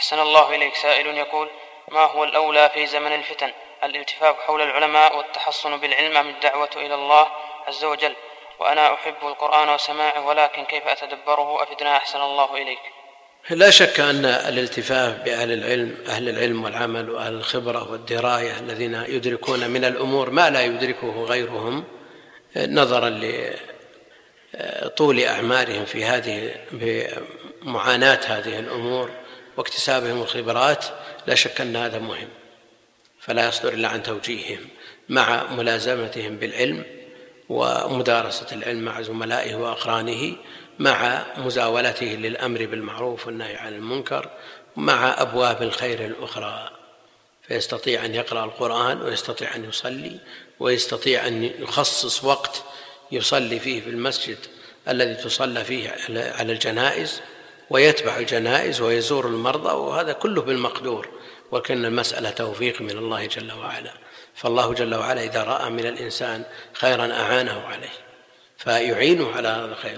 أحسن الله إليك. سائل يقول: ما هو الأولى في زمن الفتن، الالتفاف حول العلماء والتحصن بالعلم أم الدعوة إلى الله عز وجل؟ وأنا أحب القرآن وسماعه، ولكن كيف أتدبره؟ أفدنا أحسن الله إليك. لا شك أن الالتفاف بأهل العلم، أهل العلم والعمل وأهل الخبرة والدراية الذين يدركون من الأمور ما لا يدركه غيرهم، نظرا لطول أعمارهم في بمعاناة هذه الأمور واكتسابهم الخبرات، لا شك أن هذا مهم، فلا يصدر إلا عن توجيههم مع ملازمتهم بالعلم ومدارسة العلم مع زملائه وأقرانه، مع مزاولته للأمر بالمعروف والنهي عن المنكر، مع أبواب الخير الأخرى، فيستطيع أن يقرأ القرآن، ويستطيع أن يصلي، ويستطيع أن يخصص وقت يصلي فيه في المسجد الذي تصلى فيه على الجنائز، ويتبع الجنائز ويزور المرضى، وهذا كله بالمقدور، ولكن المسألة توفيق من الله جل وعلا. فالله جل وعلا إذا رأى من الإنسان خيرا أعانه عليه، فيعينه على هذا الخير.